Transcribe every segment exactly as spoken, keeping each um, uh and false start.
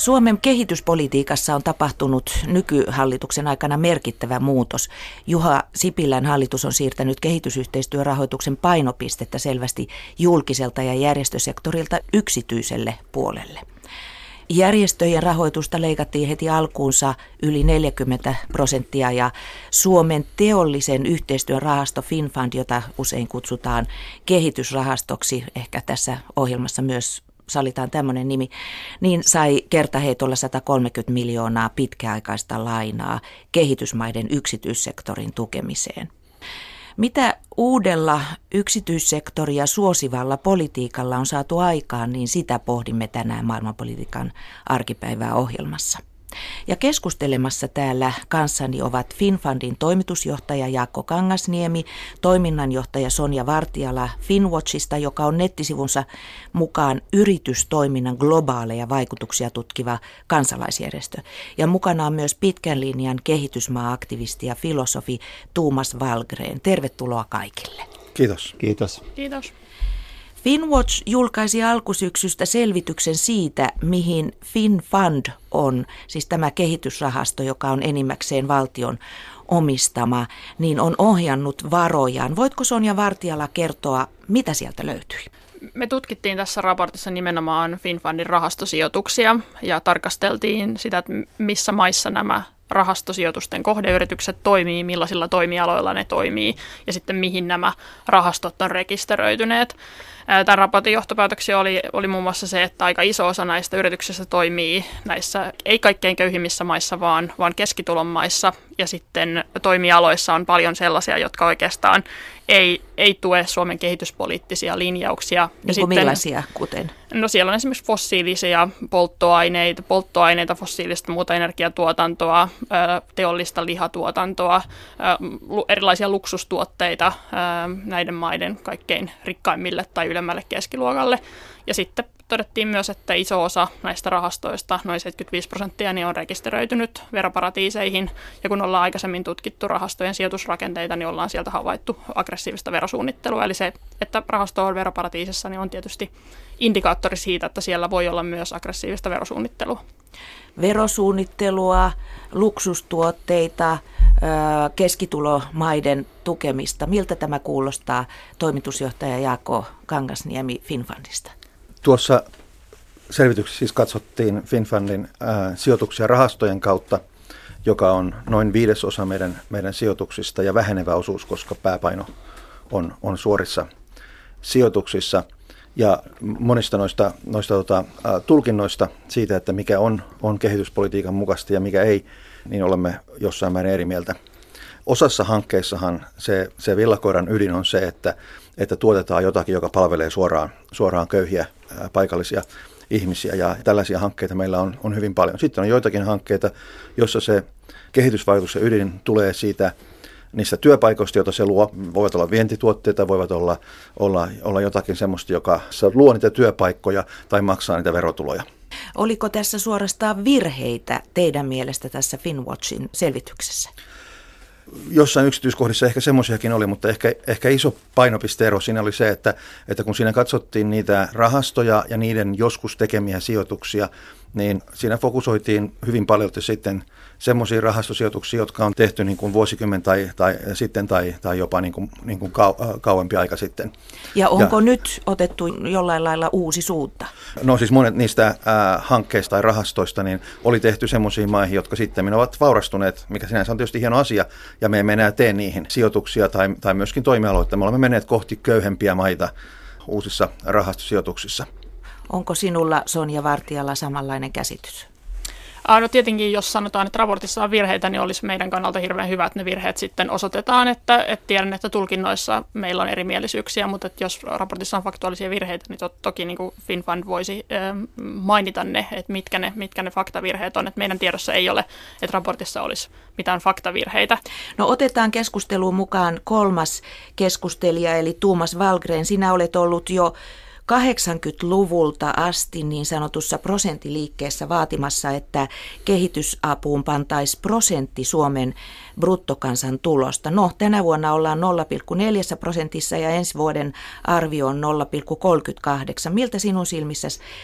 Suomen kehityspolitiikassa on tapahtunut nykyhallituksen aikana merkittävä muutos. Juha Sipilän hallitus on siirtänyt kehitysyhteistyörahoituksen painopistettä selvästi julkiselta ja järjestösektorilta yksityiselle puolelle. Järjestöjen rahoitusta leikattiin heti alkuunsa yli neljäkymmentä prosenttia ja Suomen teollisen yhteistyön rahasto Finnfund, jota usein kutsutaan kehitysrahastoksi, ehkä tässä ohjelmassa myös sallitaan tämmöinen nimi, niin sai kertaheitolla sata kolmekymmentä miljoonaa pitkäaikaista lainaa kehitysmaiden yksityissektorin tukemiseen. Mitä uudella yksityissektoria suosivalla politiikalla on saatu aikaan, niin sitä pohdimme tänään maailmanpolitiikan arkipäivää ohjelmassa. Ja keskustelemassa täällä kanssani ovat Finnfundin toimitusjohtaja Jaakko Kangasniemi, toiminnanjohtaja Sonja Vartiala Finnwatchista, joka on nettisivunsa mukaan yritystoiminnan globaaleja vaikutuksia tutkiva kansalaisjärjestö. Ja mukana on myös pitkän linjan kehitysmaa-aktivisti ja filosofi Thomas Wallgren. Tervetuloa kaikille. Kiitos. Kiitos. Kiitos. Finnwatch julkaisi alkusyksystä selvityksen siitä, mihin Finnfund on, siis tämä kehitysrahasto, joka on enimmäkseen valtion omistama, niin on ohjannut varojaan. Voitko Sonja Vartiala kertoa, mitä sieltä löytyi? Me tutkittiin tässä raportissa nimenomaan Finnfundin rahastosijoituksia ja tarkasteltiin sitä, että missä maissa nämä rahastosijoitusten kohdeyritykset toimii, millaisilla toimialoilla ne toimii ja sitten mihin nämä rahastot on rekisteröityneet. Tämän raportin johtopäätöksiä oli, oli muun muassa se, että aika iso osa näistä yrityksistä toimii näissä ei kaikkein köyhimmissä maissa, vaan, vaan keskitulon maissa. Ja sitten toimialoissa on paljon sellaisia, jotka oikeastaan ei, ei tue Suomen kehityspoliittisia linjauksia. Niin kuin sitten, millaisia, kuten? No siellä on esimerkiksi fossiilisia polttoaineita, polttoaineita, fossiilista muuta energiatuotantoa, teollista lihatuotantoa, erilaisia luksustuotteita näiden maiden kaikkein rikkaimmille tai ylemmälle keskiluokalle. Ja sitten todettiin myös, että iso osa näistä rahastoista, noin seitsemänkymmentäviisi prosenttia, niin on rekisteröitynyt veroparatiiseihin. Ja kun ollaan aikaisemmin tutkittu rahastojen sijoitusrakenteita, niin ollaan sieltä havaittu aggressiivista verosuunnittelua. Eli se, että rahasto on veroparatiisissa, niin on tietysti indikaattori siitä, että siellä voi olla myös aggressiivista verosuunnittelua. Verosuunnittelua, luksustuotteita, keskitulomaiden tukemista. Miltä tämä kuulostaa, toimitusjohtaja Jaakko Kangasniemi Finnfundista? Tuossa selvityksessä siis katsottiin Finnfundin ää, sijoituksia rahastojen kautta, joka on noin viidesosa meidän, meidän sijoituksista ja vähenevä osuus, koska pääpaino on, on suorissa sijoituksissa. Ja monista noista, noista tota, ä, tulkinnoista siitä, että mikä on, on kehityspolitiikan mukaista ja mikä ei, niin olemme jossain määrin eri mieltä. Osassa hankkeissahan se, se villakoiran ydin on se, että, että tuotetaan jotakin, joka palvelee suoraan, suoraan köyhiä ää, paikallisia ihmisiä, ja tällaisia hankkeita meillä on, on hyvin paljon. Sitten on joitakin hankkeita, joissa se kehitysvaikutus ja ydin tulee siitä niistä työpaikoista, joita se luo. Voivat olla vientituotteita, voivat olla, olla, olla jotakin semmoista, joka luo niitä työpaikkoja tai maksaa niitä verotuloja. Oliko tässä suorastaan virheitä teidän mielestä tässä Finnwatchin selvityksessä? Jossain yksityiskohdissa ehkä semmoisiakin oli, mutta ehkä, ehkä iso painopisteero siinä oli se, että, että kun siinä katsottiin niitä rahastoja ja niiden joskus tekemiä sijoituksia, niin siinä fokusoitiin hyvin paljon sitten semmoisia rahastosijoituksia, jotka on tehty niin kuin vuosikymmen tai, tai sitten tai, tai jopa niin kuin, niin kuin kau, kauempi aika sitten. Ja onko ja, nyt otettu jollain lailla uusi suunta? No siis monet niistä äh, hankkeista tai rahastoista niin oli tehty semmoisiin maihin, jotka sitten ovat vaurastuneet, mikä sinänsä on tietysti hieno asia, ja me emme enää tee niihin sijoituksia tai, tai myöskin toimialoita. Me olemme menneet kohti köyhempiä maita uusissa rahastosijoituksissa. Onko sinulla, Sonja Vartiala, samanlainen käsitys? No tietenkin, jos sanotaan, että raportissa on virheitä, niin olisi meidän kannalta hirveän hyvä, että ne virheet sitten osoitetaan. Että, että tiedän, että tulkinnoissa meillä on erimielisyyksiä, mutta että jos raportissa on faktuaalisia virheitä, niin to, toki niin kuin Finnfund voisi äh, mainita ne, että mitkä ne, mitkä ne faktavirheet on. Että meidän tiedossa ei ole, että raportissa olisi mitään faktavirheitä. No otetaan keskusteluun mukaan kolmas keskustelija, eli Thomas Wallgren. Sinä olet ollut jo kahdeksankymmentäluvulta asti niin sanotussa prosenttiliikkeessä vaatimassa, että kehitysapuun pantaisi prosentti Suomen bruttokansantulosta. No, tänä vuonna ollaan nolla pilkku neljä prosentissa ja ensi vuoden arvio on nolla pilkku kolmekymmentäkahdeksan. Miltä sinun silmissäsi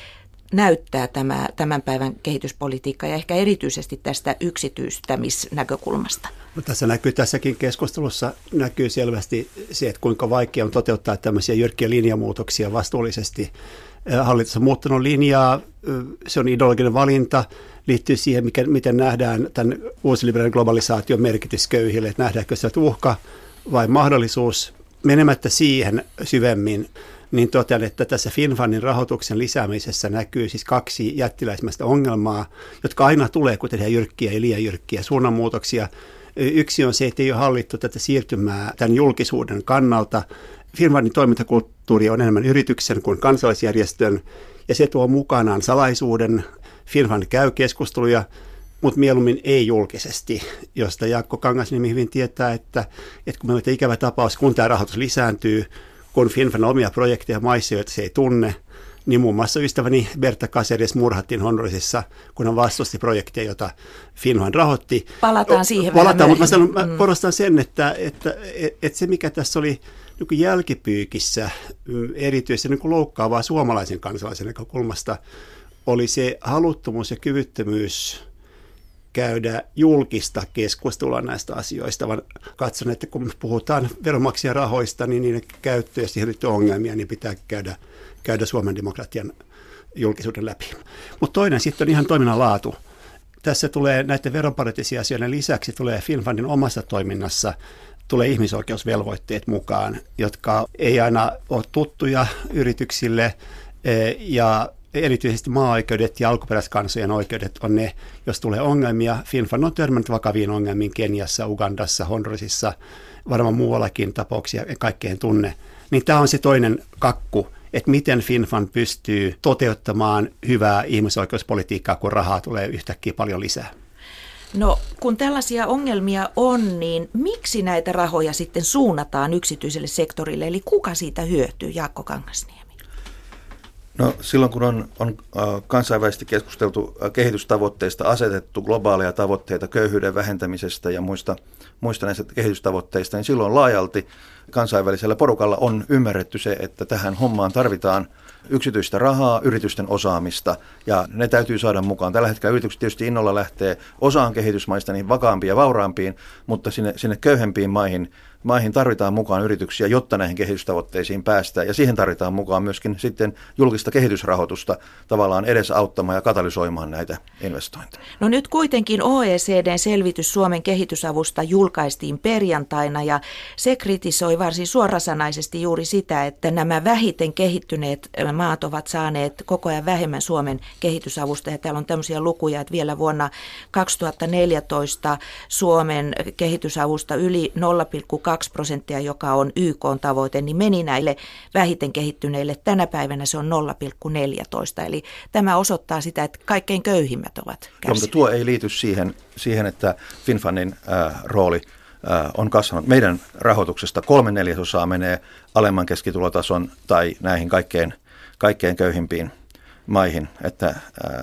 näyttää tämä tämän päivän kehityspolitiikka ja ehkä erityisesti tästä yksityistämisnäkökulmasta? No, tässä näkyy tässäkin keskustelussa näkyy selvästi se, että kuinka vaikea on toteuttaa tämmöisiä jyrkkiä linjamuutoksia vastuullisesti. Hallitus on muuttanut linjaa, se on ideologinen valinta, liittyy siihen, mikä, miten nähdään tämän uusliberaalin globalisaation merkitys köyhille, että nähdäänkö se uhka vai mahdollisuus. Menemättä siihen syvemmin, niin totean, että tässä FinFundin rahoituksen lisäämisessä näkyy siis kaksi jättiläismäistä ongelmaa, jotka aina tulee, kun tehdään jyrkkiä ja liian jyrkkiä suunnanmuutoksia. Yksi on se, että ei ole hallittu tätä siirtymää tämän julkisuuden kannalta. FinFundin toimintakulttuuri on enemmän yrityksen kuin kansalaisjärjestön, ja se tuo mukanaan salaisuuden. FinFund käy keskusteluja, mutta mieluummin ei julkisesti, josta Jaakko Kangasniemi hyvin tietää, että, että kun meillä on ikävä tapaus, kun tämä rahoitus lisääntyy, kun FinFund on omia projekteja maissa, joita se ei tunne, niin muun muassa ystäväni Berta Cáceres murhattiin Hondurasissa, kun hän vastusti projekteja, jota FinFund rahoitti. Palataan siihen Palataan, vähän mutta mä, sanon, mm. mä korostan sen, että, että, että se mikä tässä oli niin jälkipyykissä erityisesti niin loukkaavaa suomalaisen kansalaisen näkökulmasta, oli se haluttomuus ja kyvyttömyys käydä julkista keskustelua näistä asioista, vaan katson, että kun puhutaan veronmaksajien rahoista, niin niiden käyttö ja siihen liittyy ongelmia, niin pitää käydä, käydä Suomen demokratian julkisuuden läpi. Mutta toinen sitten on ihan toiminnan laatu. Tässä tulee näiden veroparatiisiasioiden lisäksi tulee FinFundin omassa toiminnassa tulee ihmisoikeusvelvoitteet mukaan, jotka ei aina ole tuttuja yrityksille ja erityisesti maa-oikeudet ja alkuperäiskansojen oikeudet on ne, jos tulee ongelmia. FinFund on törmännyt vakaviin ongelmiin Keniassa, Ugandassa, Hondurasissa, varmaan muuallakin tapauksia kaikkeen tunne. Niin tämä on se toinen kakku, että miten FinFund pystyy toteuttamaan hyvää ihmisoikeuspolitiikkaa, kun rahaa tulee yhtäkkiä paljon lisää. No kun tällaisia ongelmia on, niin miksi näitä rahoja sitten suunnataan yksityiselle sektorille, eli kuka siitä hyötyy, Jaakko Kangasniemi? No silloin kun on, on kansainvälisesti keskusteltu kehitystavoitteista, asetettu globaaleja tavoitteita köyhyyden vähentämisestä ja muista, muista näistä kehitystavoitteista, niin silloin laajalti kansainvälisellä porukalla on ymmärretty se, että tähän hommaan tarvitaan yksityistä rahaa, yritysten osaamista ja ne täytyy saada mukaan. Tällä hetkellä yritykset tietysti innolla lähtee osaan kehitysmaista niin vakaampiin ja vauraampiin, mutta sinne, sinne köyhempiin maihin Maihin tarvitaan mukaan yrityksiä, jotta näihin kehitystavoitteisiin päästään, ja siihen tarvitaan mukaan myöskin sitten julkista kehitysrahoitusta tavallaan edesauttamaan ja katalysoimaan näitä investointeja. No nyt kuitenkin O E C D:n selvitys Suomen kehitysavusta julkaistiin perjantaina, ja se kritisoi varsin suorasanaisesti juuri sitä, että nämä vähiten kehittyneet maat ovat saaneet koko ajan vähemmän Suomen kehitysavusta, ja täällä on tämmöisiä lukuja, että vielä vuonna kaksituhattaneljätoista Suomen kehitysavusta yli nolla pilkku kaksi prosenttia, joka on Y K:n tavoite, niin meni näille vähiten kehittyneille. Tänä päivänä se on nolla pilkku neljätoista, eli tämä osoittaa sitä, että kaikkein köyhimmät ovat kärsineet. No, mutta tuo ei liity siihen, siihen että FinFundin äh, rooli äh, on kasvanut. Meidän rahoituksesta kolme neljäsosaa menee alemman keskitulotason tai näihin kaikkein, kaikkein köyhimpiin maihin, että äh,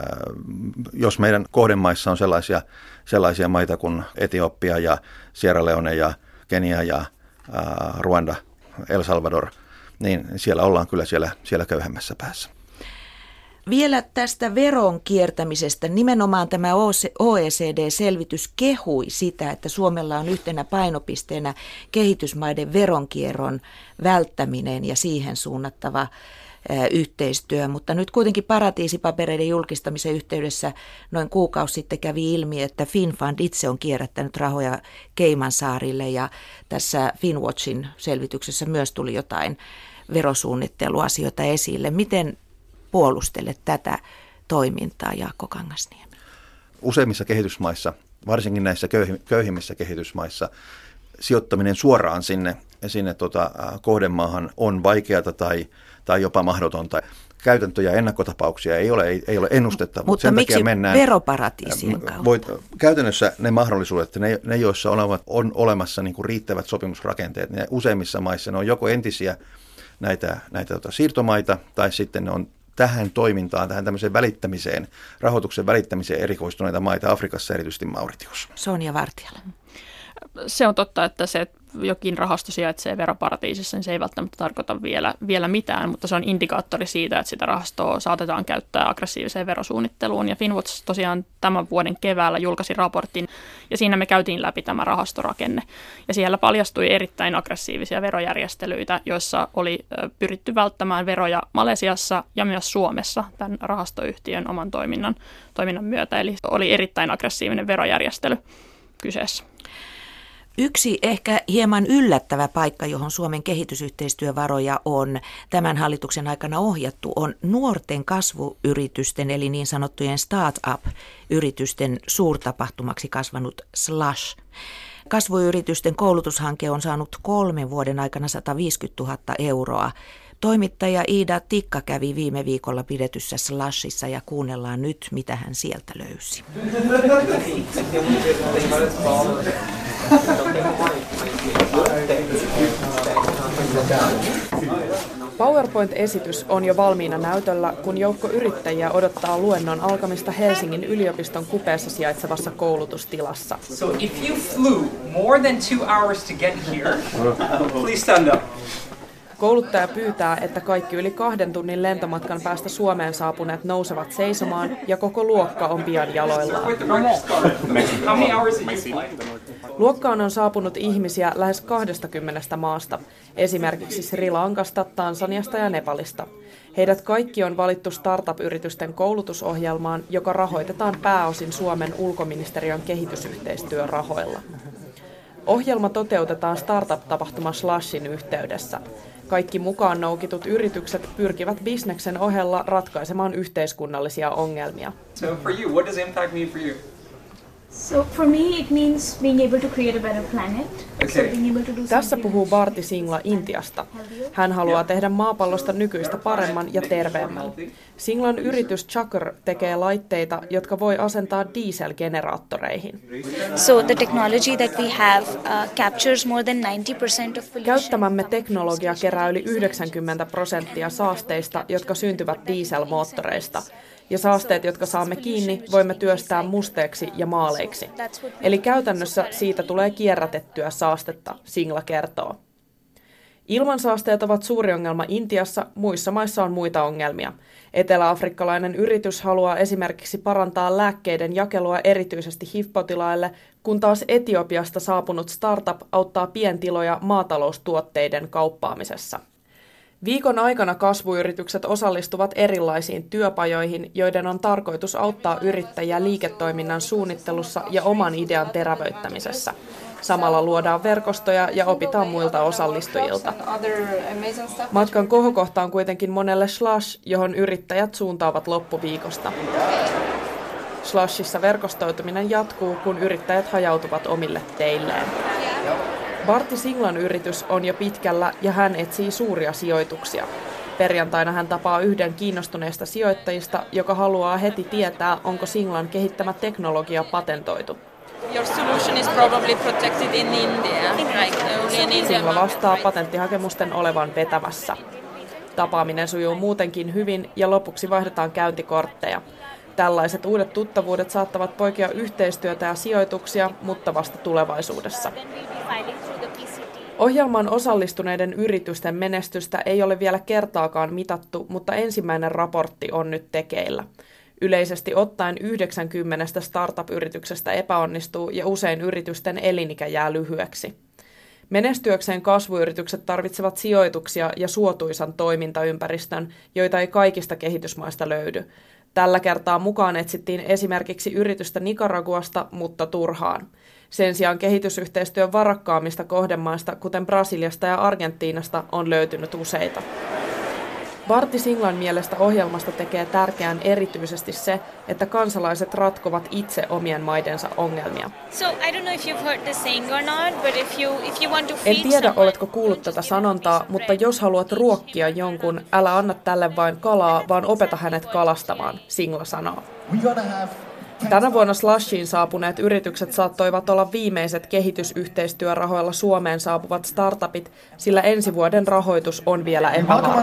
jos meidän kohdemaissa on sellaisia, sellaisia maita kuin Etiopia ja Sierra Leone ja Kenia ja äh, Ruanda, El Salvador, niin siellä ollaan kyllä siellä, siellä köyhemmässä päässä. Vielä tästä veron kiertämisestä. Nimenomaan tämä O E C D-selvitys kehui sitä, että Suomella on yhtenä painopisteenä kehitysmaiden veronkierron välttäminen ja siihen suunnattava yhteistyö, mutta nyt kuitenkin paratiisipapereiden julkistamisen yhteydessä noin kuukausi sitten kävi ilmi, että FinFund itse on kierrättänyt rahoja Caymansaarille, ja tässä Finwatchin selvityksessä myös tuli jotain verosuunnitteluasioita esille. Miten puolustelet tätä toimintaa, Jaakko Kangasniemi? Useimmissa kehitysmaissa, varsinkin näissä köyhimmissä kehitysmaissa, sijoittaminen suoraan sinne, sinne tota, kohdemaahan on vaikeata tai tai jopa mahdotonta. Käytäntöjä ja ennakkotapauksia ei ole, ei, ei ole ennustettavaa. Mutta sen miksi takia mennään, veroparatiisien kautta? Voit, käytännössä ne mahdollisuudet, ne, ne joissa on, on olemassa niin kuin riittävät sopimusrakenteet, ne useimmissa maissa ne on joko entisiä näitä, näitä tota, siirtomaita, tai sitten ne on tähän toimintaan, tähän tämmöiseen välittämiseen, rahoituksen välittämiseen erikoistuneita maita Afrikassa, erityisesti Mauritius. Sonja Vartiala. Se on totta, että se, että jokin rahasto sijaitsee veroparatiisissa, niin se ei välttämättä tarkoita vielä, vielä mitään, mutta se on indikaattori siitä, että sitä rahastoa saatetaan käyttää aggressiiviseen verosuunnitteluun. Ja Finnwatch tosiaan tämän vuoden keväällä julkaisi raportin, ja siinä me käytiin läpi tämä rahastorakenne. Ja siellä paljastui erittäin aggressiivisia verojärjestelyitä, joissa oli pyritty välttämään veroja Malesiassa ja myös Suomessa tämän rahastoyhtiön oman toiminnan, toiminnan myötä. Eli oli erittäin aggressiivinen verojärjestely kyseessä. Yksi ehkä hieman yllättävä paikka, johon Suomen kehitysyhteistyövaroja on tämän hallituksen aikana ohjattu, on nuorten kasvuyritysten eli niin sanottujen start-up-yritysten suurtapahtumaksi kasvanut Slush. Kasvuyritysten koulutushanke on saanut kolmen vuoden aikana sata viisikymmentätuhatta euroa. Toimittaja Iida Tikka kävi viime viikolla pidetyssä Slushissa ja kuunnellaan nyt, mitä hän sieltä löysi. PowerPoint-esitys on jo valmiina näytöllä, kun joukko yrittäjiä odottaa luennon alkamista Helsingin yliopiston kupeessa sijaitsevassa koulutustilassa. So if you flew more than two hours to get here, please stand up. Kouluttaja pyytää, että kaikki yli kahden tunnin lentomatkan päästä Suomeen saapuneet nousevat seisomaan ja koko luokka on pian jaloillaan. Luokkaan on saapunut ihmisiä lähes kaksikymmentä maasta, esimerkiksi Sri Lankasta, Tansaniasta ja Nepalista. Heidät kaikki on valittu startup-yritysten koulutusohjelmaan, joka rahoitetaan pääosin Suomen ulkoministeriön kehitysyhteistyörahoilla. Ohjelma toteutetaan startup-tapahtuma Slushin yhteydessä. Kaikki mukaan noukitut yritykset pyrkivät bisneksen ohella ratkaisemaan yhteiskunnallisia ongelmia. So for you, what does impact mean for you? So for me it means being able to create a better planet. Okay. So being able to do Tässä puhuu Bharti Singla Intiasta. Hän haluaa tehdä maapallosta nykyistä paremman ja terveemmän. Singlan yritys Chakr tekee laitteita, jotka voi asentaa dieselgeneraattoreihin. So the technology that we have uh, captures more than ninety percent of pollution. Käyttämämme teknologia kerää yli yhdeksänkymmentä prosenttia saasteista, jotka syntyvät dieselmoottoreista. Ja saasteet, jotka saamme kiinni, voimme työstää musteeksi ja maaleiksi. Eli käytännössä siitä tulee kierrätettyä saastetta, Singla kertoo. Ilmansaasteet ovat suuri ongelma Intiassa, muissa maissa on muita ongelmia. Etelä-afrikkalainen yritys haluaa esimerkiksi parantaa lääkkeiden jakelua erityisesti H I V-potilaille, kun taas Etiopiasta saapunut startup auttaa pientiloja maataloustuotteiden kauppaamisessa. Viikon aikana kasvuyritykset osallistuvat erilaisiin työpajoihin, joiden on tarkoitus auttaa yrittäjiä liiketoiminnan suunnittelussa ja oman idean terävöittämisessä. Samalla luodaan verkostoja ja opitaan muilta osallistujilta. Matkan kohokohta on kuitenkin monelle Slush, johon yrittäjät suuntaavat loppuviikosta. Slushissa verkostoituminen jatkuu, kun yrittäjät hajautuvat omille teilleen. Bharti Singlan yritys on jo pitkällä ja hän etsii suuria sijoituksia. Perjantaina hän tapaa yhden kiinnostuneista sijoittajista, joka haluaa heti tietää, onko Singlan kehittämä teknologia patentoitu. Your solution is probably protected in India, right? Only in India. Singla vastaa patenttihakemusten olevan vetämässä. Tapaaminen sujuu muutenkin hyvin ja lopuksi vaihdetaan käyntikortteja. Tällaiset uudet tuttavuudet saattavat poikia yhteistyötä ja sijoituksia, mutta vasta tulevaisuudessa. Ohjelmaan osallistuneiden yritysten menestystä ei ole vielä kertaakaan mitattu, mutta ensimmäinen raportti on nyt tekeillä. Yleisesti ottaen yhdeksänkymmentä startup-yrityksestä epäonnistuu ja usein yritysten elinikä jää lyhyeksi. Menestyäkseen kasvuyritykset tarvitsevat sijoituksia ja suotuisan toimintaympäristön, joita ei kaikista kehitysmaista löydy. Tällä kertaa mukaan etsittiin esimerkiksi yritystä Nicaraguasta, mutta turhaan. Sen sijaan kehitysyhteistyön varakkaammista kohdemaista, kuten Brasiliasta ja Argentiinasta, on löytynyt useita. Bharti Singlan mielestä ohjelmasta tekee tärkeän erityisesti se, että kansalaiset ratkovat itse omien maidensa ongelmia. En tiedä, oletko kuullut tätä sanontaa, mutta jos haluat ruokkia jonkun, älä anna tälle vain kalaa, vaan opeta hänet kalastamaan, Singla sanoo. Tänä vuonna Slushiin saapuneet yritykset saattoivat olla viimeiset kehitysyhteistyörahoilla Suomeen saapuvat startupit, sillä ensi vuoden rahoitus on vielä epävarma.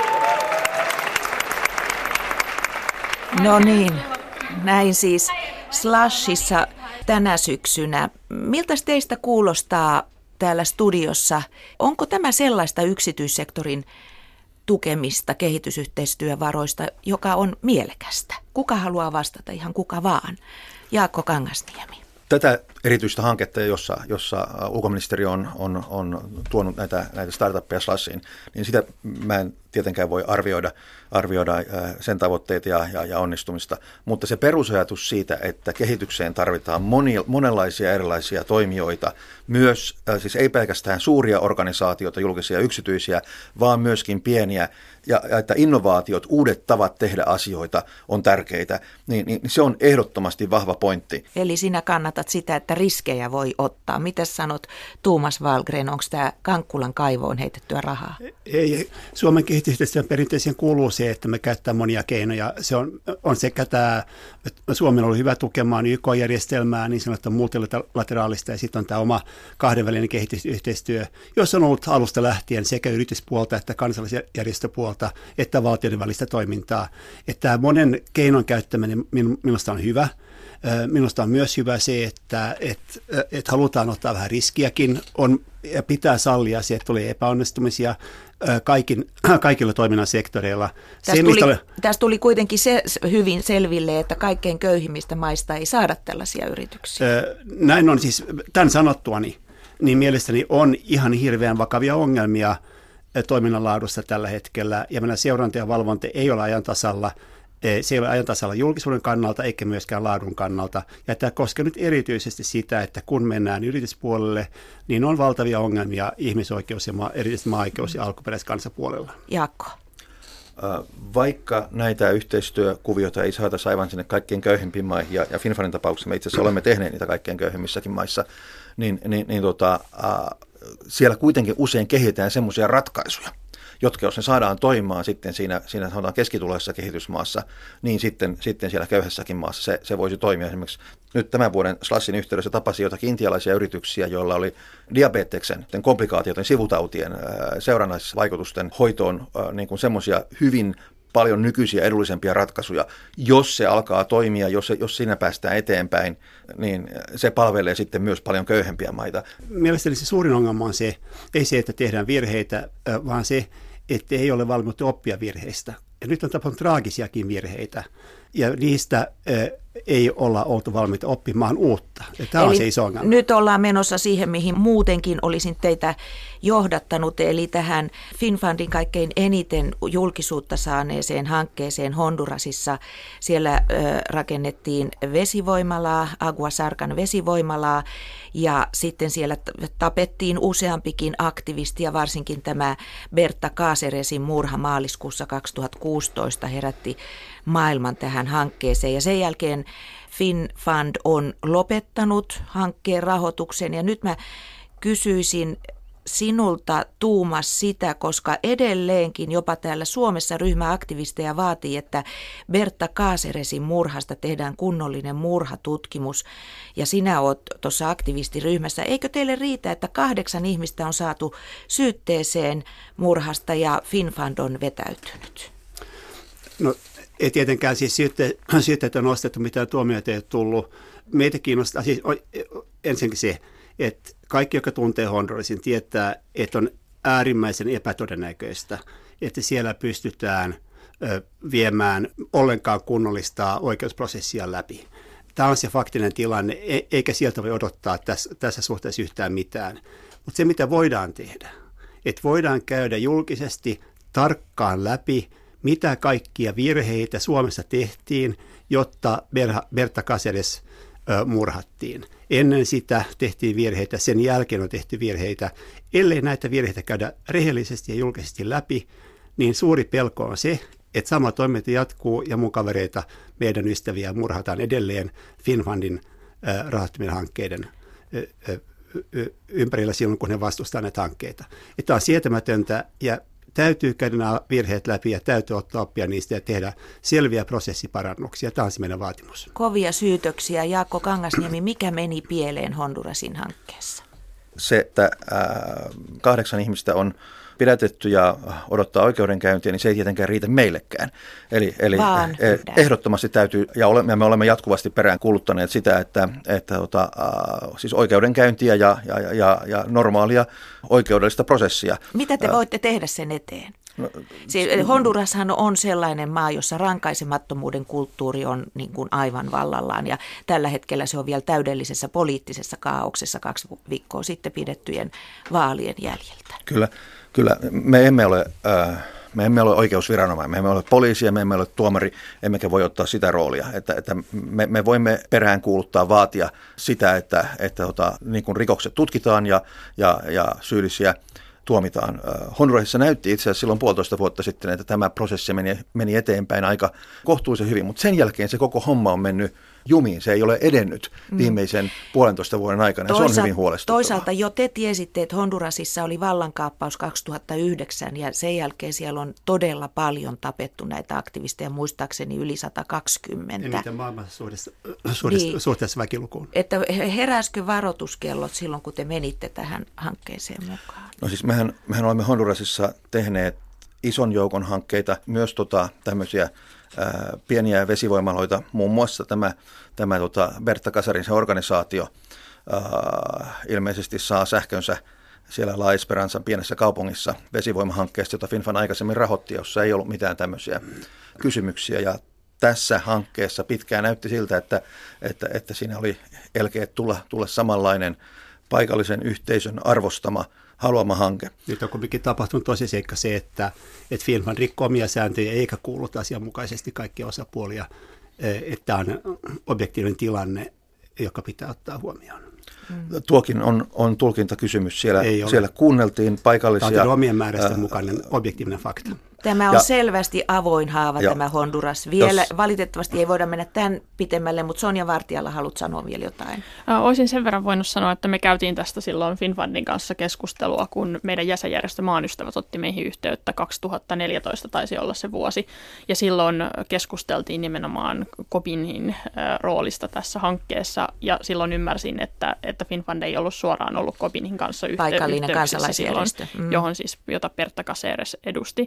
No niin, näin siis Slushissa tänä syksynä. Miltä teistä kuulostaa täällä studiossa? Onko tämä sellaista yksityissektorin tukemista kehitysyhteistyövaroista, joka on mielekästä? Kuka haluaa vastata? Ihan kuka vaan. Jaakko Kangasniemi. Tätä erityistä hanketta, jossa, jossa ulkoministeri on, on, on tuonut näitä, näitä startuppeja Slushiin, niin sitä mä en tietenkään voi arvioida, arvioida sen tavoitteita ja, ja, ja onnistumista. Mutta se perusajatus siitä, että kehitykseen tarvitaan moni, monenlaisia erilaisia toimijoita, myös, siis ei pelkästään suuria organisaatioita, julkisia ja yksityisiä, vaan myöskin pieniä, ja, ja että innovaatiot, uudet tavat tehdä asioita on tärkeitä, niin, niin se on ehdottomasti vahva pointti. Eli sinä kannatat sitä, että riskejä voi ottaa. Mitäs sanot, Tuomas Wahlgren, onko tämä Kankkulan kaivoon heitettyä rahaa? Ei, Suomen kehitysyhteistyön perinteeseen kuuluu se, että me käytetään monia keinoja. Se on, on sekä tämä, että Suomi on ollut hyvä tukemaan Y K-järjestelmää, niin sanottua multilateraalista, ja sitten on tämä oma kahdenvälinen kehitysyhteistyö, jossa on ollut alusta lähtien sekä yrityspuolta että kansallisjärjestöpuolta että valtioiden välistä toimintaa. Että tämä monen keinon käyttäminen minusta on hyvä. Minusta on myös hyvä se, että, että, että halutaan ottaa vähän riskiäkin on, ja pitää sallia se, että tulee epäonnistumisia kaikin, kaikilla toiminnan sektoreilla. Tästä, se, tuli, oli... tästä tuli kuitenkin se hyvin selville, että kaikkein köyhimmistä maista ei saada tällaisia yrityksiä. Näin on siis, tämän sanottuani, niin mielestäni on ihan hirveän vakavia ongelmia toiminnan laadussa tällä hetkellä, ja meidän seuranta ja valvonta ei ole ajan tasalla. Se ei ole ajan tasalla julkisuuden kannalta eikä myöskään laadun kannalta. Ja tämä koskee nyt erityisesti sitä, että kun mennään yrityspuolelle, niin on valtavia ongelmia ihmisoikeus- ja maa, erityisesti maa-oikeus- ja alkuperäiskansapuolella. Jaakko. Vaikka näitä yhteistyökuvioita ei saataisi aivan sinne kaikkein köyhimpiin maihin, ja, ja Finnfundin tapauksessa me itse asiassa olemme tehneet niitä kaikkein köyhimmissäkin maissa, niin, niin, niin tota, äh, siellä kuitenkin usein kehitetään semmoisia ratkaisuja, jotka jos ne saadaan toimimaan sitten siinä, siinä sanotaan keskituloisessa kehitysmaassa, niin sitten, sitten siellä köyhässäkin maassa se, se voisi toimia. Esimerkiksi nyt tämän vuoden Slushin yhteydessä tapasi jotakin intialaisia yrityksiä, joilla oli diabeteksen, komplikaatioiden, sivutautien, seurannaisvaikutusten hoitoon niin kuin semmoisia hyvin paljon nykyisiä edullisempia ratkaisuja. Jos se alkaa toimia, jos, se, jos siinä päästään eteenpäin, niin se palvelee sitten myös paljon köyhempiä maita. Mielestäni se suurin ongelma on se, ei se, että tehdään virheitä, vaan se, että ei ole valmiutta oppia virheistä. Ja nyt on tapahtunut traagisiakin virheitä, ja niistä ei olla oltu valmiita oppimaan uutta. Ja tämä eli on se iso ongelma. Nyt ollaan menossa siihen, mihin muutenkin olisin teitä johdattanut, eli tähän Finnfundin kaikkein eniten julkisuutta saaneeseen hankkeeseen Hondurasissa. Siellä ö, rakennettiin vesivoimalaa, Agua Sarkan vesivoimalaa, ja sitten siellä tapettiin useampikin aktivisti, ja varsinkin tämä Berta Cáceresin murha maaliskuussa kaksituhattakuusitoista herätti maailman tähän hankkeeseen, ja sen jälkeen Finnfund on lopettanut hankkeen rahoituksen, ja nyt mä kysyisin sinulta, Tuomas, sitä, koska edelleenkin jopa täällä Suomessa ryhmä aktivisteja vaatii, että Berta Cáceresin murhasta tehdään kunnollinen murhatutkimus, ja sinä oot tuossa aktivistiryhmässä. Eikö teille riitä, että kahdeksan ihmistä on saatu syytteeseen murhasta ja Finnfund on vetäytynyt? No, ei tietenkään siis syytteet, syytteet on nostettu, mitään tuomioita ei ole tullut. Meitä kiinnostaa siis ensinnäkin se, että kaikki, jotka tuntee Hondurasin, tietää, että on äärimmäisen epätodennäköistä, että siellä pystytään viemään ollenkaan kunnollista oikeusprosessia läpi. Tämä on se faktinen tilanne, eikä sieltä voi odottaa tässä, tässä suhteessa yhtään mitään. Mutta se, mitä voidaan tehdä, että voidaan käydä julkisesti tarkkaan läpi, mitä kaikkia virheitä Suomessa tehtiin, jotta Berta Cáceres murhattiin. Ennen sitä tehtiin virheitä, sen jälkeen on tehty virheitä. Ellei näitä virheitä käydä rehellisesti ja julkisesti läpi, niin suuri pelko on se, että sama toiminta jatkuu ja mun kavereita, meidän ystäviä, murhataan edelleen Finnfundin rahoittamien hankkeiden ympärillä silloin, kun he vastustavat näitä hankkeita. Tämä on sietämätöntä, ja täytyy käydä nämä virheet läpi ja täytyy ottaa oppia niistä ja tehdä selviä prosessiparannuksia. Tämä on se meidän vaatimus. Kovia syytöksiä. Jaakko Kangasniemi, mikä meni pieleen Hondurasin hankkeessa? Se, että äh, kahdeksan ihmistä on, pidätetty ja odottaa oikeudenkäyntiä, niin se ei tietenkään riitä meillekään. Eli, eli ehdottomasti täytyy, ja olemme, me olemme jatkuvasti perään kuuluttaneet sitä, että, että tota, äh, siis oikeudenkäyntiä ja, ja, ja, ja normaalia oikeudellista prosessia. Mitä te voitte tehdä sen eteen? No, siis Hondurashan on sellainen maa, jossa rankaisemattomuuden kulttuuri on niin kuin aivan vallallaan ja tällä hetkellä se on vielä täydellisessä poliittisessa kaauksessa kaksi viikkoa sitten pidettyjen vaalien jäljiltä. Kyllä, kyllä. Me emme ole, äh, me emme ole oikeusviranomainen, me emme ole poliisia, me emme ole tuomari, emmekä voi ottaa sitä roolia. Että, että me, me voimme peräänkuuluttaa, vaatia sitä, että, että tota, niin kuin rikokset tutkitaan ja, ja, ja syyllisiä tuomitaan. Hondurasissa näytti itse asiassa silloin puolitoista vuotta sitten, että tämä prosessi meni, meni eteenpäin aika kohtuullisen hyvin, mutta sen jälkeen se koko homma on mennyt jumiin. Se ei ole edennyt viimeisen puolentoista vuoden aikana. Toisa- se on hyvin huolestuttavaa. Toisaalta jo te tiesitte, että Hondurasissa oli vallankaappaus kaksituhattayhdeksän ja sen jälkeen siellä on todella paljon tapettu näitä aktivisteja, muistaakseni yli sata kaksikymmentä. Eniten maailmassa suhteessa, suhteessa, niin, suhteessa väkilukuun. Että heräskö varoituskellot silloin, kun te menitte tähän hankkeeseen mukaan? No siis mehän, mehän olemme Hondurasissa tehneet ison joukon hankkeita, myös tota, tämmöisiä ää, pieniä vesivoimaloita, muun muassa tämä, tämä tota Berta Casarinsen organisaatio ää, ilmeisesti saa sähkönsä siellä La Esperanzan pienessä kaupungissa vesivoimahankkeesta, jota Finnfund aikaisemmin rahoitti, jossa ei ollut mitään tämmöisiä kysymyksiä. Ja tässä hankkeessa pitkään näytti siltä, että, että, että siinä oli elkeet tulla, tulla samanlainen paikallisen yhteisön arvostama haluama hanke. Nyt on kuitenkin tapahtunut tosiseikka se, että, että Finnfund rikkoo omia sääntöjä eikä kuulut asianmukaisesti kaikkia osapuolia, että on objektiivinen tilanne, joka pitää ottaa huomioon. Mm. Tuokin on, on tulkintakysymys. Siellä, siellä kuunneltiin paikallisia... Tämä on omien määräisten mukainen objektiivinen fakta. Tämä on ja, selvästi avoin haava ja, tämä Honduras. Vielä jos, valitettavasti ei voida mennä tämän pitemmälle, mutta Sonja Vartijalla haluat sanoa vielä jotain. Olisin sen verran voinut sanoa, että me käytiin tästä silloin Finnfundin kanssa keskustelua, kun meidän jäsenjärjestö Maanystävät otti meihin yhteyttä. kaksituhattaneljätoista taisi olla se vuosi. Ja silloin keskusteltiin nimenomaan Cobinhin roolista tässä hankkeessa. Ja silloin ymmärsin, että, että Finnfund ei ollut suoraan ollut Cobinhin kanssa yhtey- paikallinen kansalaisjärjestö, silloin, mm. johon siis, jota Berta Caceres edusti.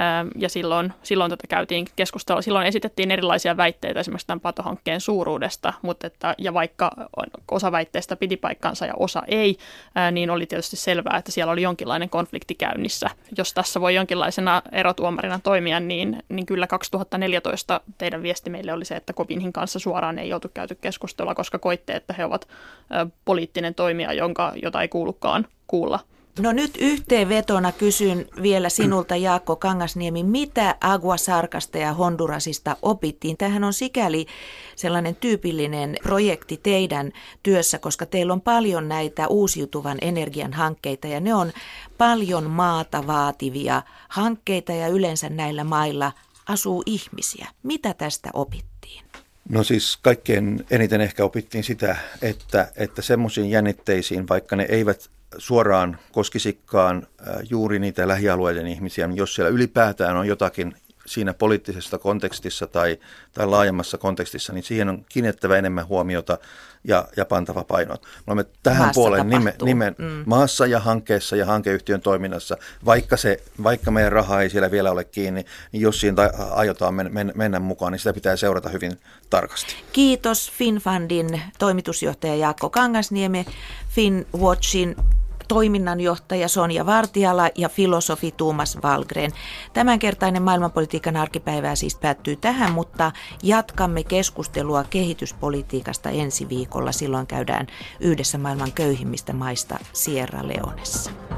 Ja silloin, silloin tätä käytiin keskustelua. Silloin esitettiin erilaisia väitteitä esimerkiksi tämän patohankkeen suuruudesta, mutta että, ja vaikka osa väitteistä piti paikkansa ja osa ei, niin oli tietysti selvää, että siellä oli jonkinlainen konflikti käynnissä. Jos tässä voi jonkinlaisena erotuomarina toimia, niin, niin kyllä kaksituhattaneljätoista teidän viesti meille oli se, että Cobinhin kanssa suoraan ei oltu käyty keskustelua, koska koitte, että he ovat poliittinen toimija, jonka, jota ei kuulukaan kuulla. No nyt yhteenvetona kysyn vielä sinulta, Jaakko Kangasniemi, mitä Aguasarcasta ja Hondurasista opittiin? Tämähän on sikäli sellainen tyypillinen projekti teidän työssä, koska teillä on paljon näitä uusiutuvan energian hankkeita ja ne on paljon maata vaativia hankkeita ja yleensä näillä mailla asuu ihmisiä. Mitä tästä opittiin? No siis kaikkein eniten ehkä opittiin sitä, että, että semmoisiin jännitteisiin, vaikka ne eivät suoraan koskisikkaan juuri niitä lähialueiden ihmisiä, niin jos siellä ylipäätään on jotakin siinä poliittisessa kontekstissa tai, tai laajemmassa kontekstissa, niin siihen on kiinnittävä enemmän huomiota ja, ja pantava paino. Me olemme tähän maassa puoleen nimen, nimen mm. maassa ja hankkeessa ja hankeyhtiön toiminnassa, vaikka, se, vaikka meidän raha ei siellä vielä ole kiinni, niin jos siinä aiotaan men, men, mennä mukaan, niin sitä pitää seurata hyvin tarkasti. Kiitos Finnfundin toimitusjohtaja Jaakko Kangasniemi, Finnwatchin toiminnanjohtaja Sonja Vartijala ja filosofi Tuomas Wallgren. Tämänkertainen maailmanpolitiikan arkipäivää siis päättyy tähän, mutta jatkamme keskustelua kehityspolitiikasta ensi viikolla. Silloin käydään yhdessä maailman köyhimmistä maista Sierra Leonessa.